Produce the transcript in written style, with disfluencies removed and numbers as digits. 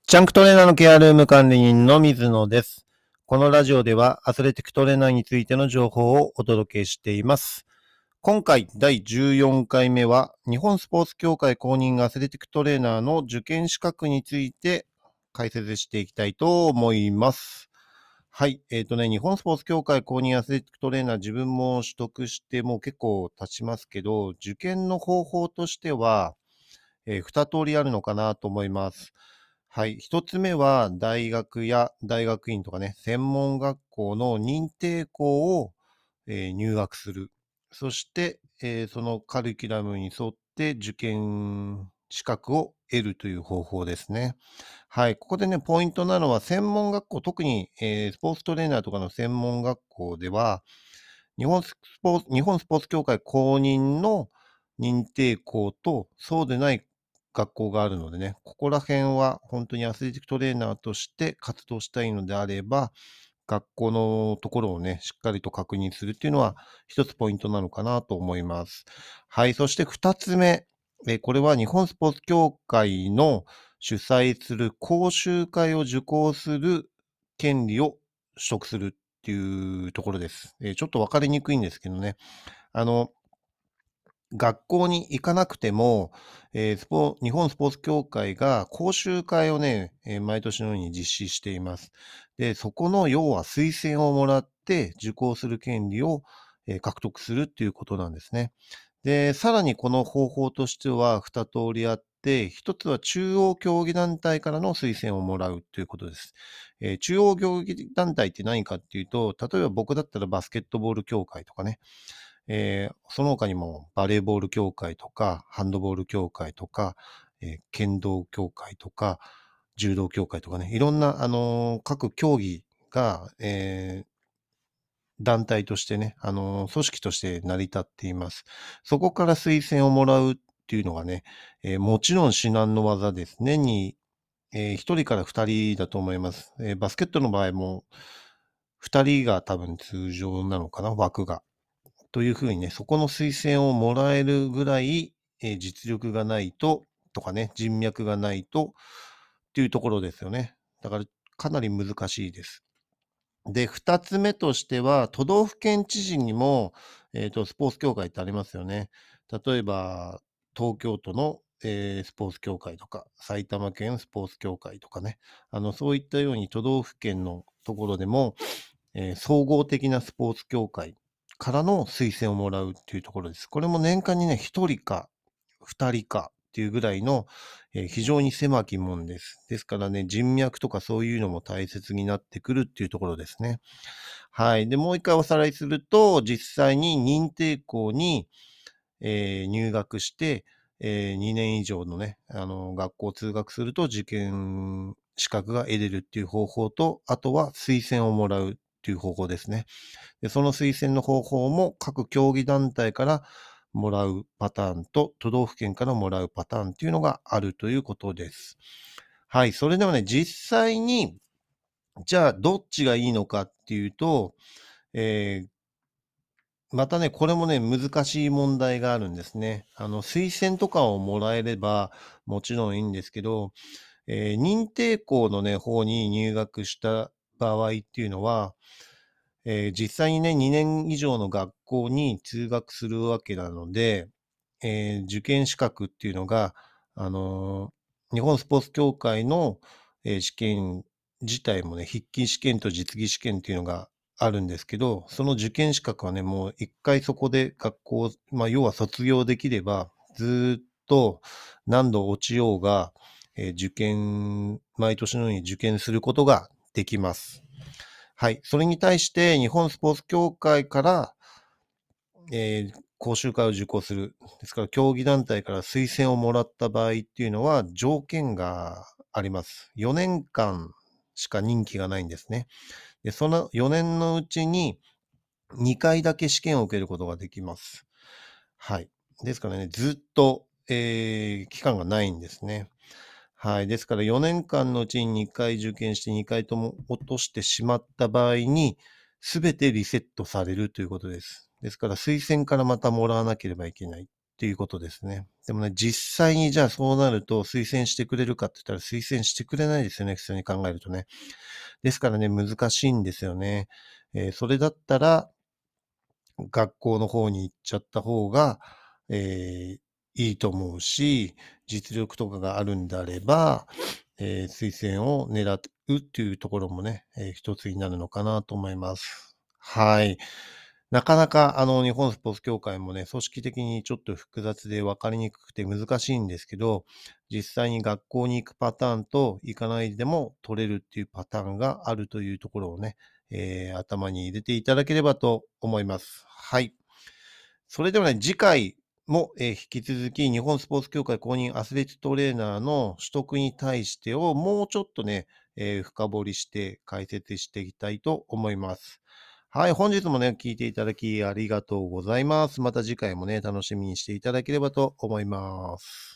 ジャンクトレーナーのケアルーム管理人の水野です。このラジオではアスレティックトレーナーについての情報をお届けしています。今回第14回目は日本スポーツ協会公認アスレティックトレーナーの受験資格について解説していきたいと思います。はい。日本スポーツ協会公認アスレティックトレーナー自分も取得してもう結構経ちますけど、受験の方法としては、2通りあるのかなと思います。はい。一つ目は、大学や大学院とかね、専門学校の認定校を、入学する。そして、そのカリキュラムに沿って受験資格を得るという方法ですね。はい。ここでね、ポイントなのは、専門学校、特に、スポーツトレーナーとかの専門学校では、日本スポーツ協会公認の認定校と、そうでない学校があるのでね、ここら辺は本当にアスレティックトレーナーとして活動したいのであれば、学校のところをね、しっかりと確認するっていうのは一つポイントなのかなと思います。はい。そして二つ目、これは日本スポーツ協会の主催する講習会を受講する権利を取得するっていうところです。ちょっとわかりにくいんですけどね。あの、学校に行かなくても、日本スポーツ協会が講習会をね、毎年のように実施しています。で、そこの要は推薦をもらって受講する権利を、獲得するっていうことなんですね。で、さらにこの方法としては2通りあって、1つは中央競技団体からの推薦をもらうということです。中央競技団体って何かっていうと、例えば僕だったらバスケットボール協会とかね、その他にもバレーボール協会とか、ハンドボール協会とか、剣道協会とか、柔道協会とかね、いろんな、各競技が、団体としてね、組織として成り立っています。そこから推薦をもらうっていうのがね、もちろん至難の技です。年に、1人から2人だと思います。バスケットの場合も、2人が多分通常なのかな、枠が。というふうにね、そこの推薦をもらえるぐらい、実力がないと、とかね、人脈がないと、っていうところですよね。だから、かなり難しいです。で、二つ目としては、都道府県知事にも、スポーツ協会ってありますよね。例えば、東京都の、スポーツ協会とか、埼玉県スポーツ協会とかね。そういったように都道府県のところでも、総合的なスポーツ協会からの推薦をもらうっていうところです。これも年間にね、1人か2人かっていうぐらいの、非常に狭き門です。ですからね、人脈とかそういうのも大切になってくるっていうところですね。はい。で、もう一回おさらいすると、実際に認定校に、入学して、2年以上のね、学校通学すると受験資格が得れるっていう方法と、あとは推薦をもらうっていう方法ですね。で、その推薦の方法も各競技団体からもらうパターンと、都道府県からもらうパターンっていうのがあるということです。はい。それではね、実際に、じゃあどっちがいいのかっていうと、えまたね、これもね、難しい問題があるんですね。推薦とかをもらえれば、もちろんいいんですけど、認定校のね、方に入学した場合っていうのは、実際にね、2年以上の学校に通学するわけなので、受験資格っていうのが、あの日本スポーツ協会の、試験自体もね、筆記試験と実技試験っていうのがあるんですけど、その受験資格はね、もう一回そこで学校、要は卒業できれば、ずーっと何度落ちようが、毎年のように受験することができます。はい。それに対して、日本スポーツ協会から、講習会を受講する。ですから、競技団体から推薦をもらった場合っていうのは、条件があります。4年間しか任期がないんですね。で、その4年のうちに2回だけ試験を受けることができます。はい。ですからね、ずっと、期間がないんですね。はい。ですから4年間のうちに2回受験して2回とも落としてしまった場合に、すべてリセットされるということです。ですから推薦からまたもらわなければいけない。 っていうことですね。でもね、実際にじゃあそうなると推薦してくれるかって言ったら推薦してくれないですよね、普通に考えるとね。ですからね、難しいんですよね。それだったら、学校の方に行っちゃった方が、いいと思うし、実力とかがあるんであれば、推薦を狙うっていうところもね、一つになるのかなと思います。はい。なかなか、日本スポーツ協会もね、組織的にちょっと複雑で分かりにくくて難しいんですけど、実際に学校に行くパターンと行かないでも取れるっていうパターンがあるというところをね、頭に入れていただければと思います。はい。それではね、次回も、引き続き日本スポーツ協会公認アスレチックトレーナーの取得に対してをもうちょっとね、深掘りして解説していきたいと思います。はい、本日もね、聞いていただきありがとうございます。また次回もね、楽しみにしていただければと思います。